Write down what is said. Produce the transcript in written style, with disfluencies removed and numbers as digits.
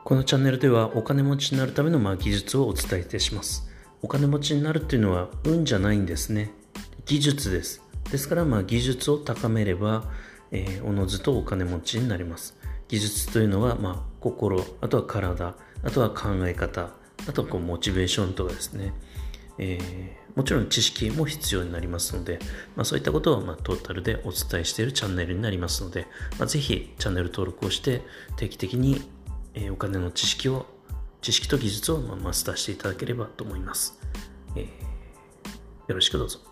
このチャンネルではお金持ちになるための技術をお伝えいたします。お金持ちになるっていうのは運じゃないんですね。技術です。ですから技術を高めれば、おのずとお金持ちになります。技術というのは心、あとは体、あとは考え方、あとはモチベーションとかですね。もちろん知識も必要になりますので、そういったことをトータルでお伝えしているチャンネルになりますので、ぜひチャンネル登録をして定期的にお金の知識と技術をマスターしていただければと思います。よろしくどうぞ。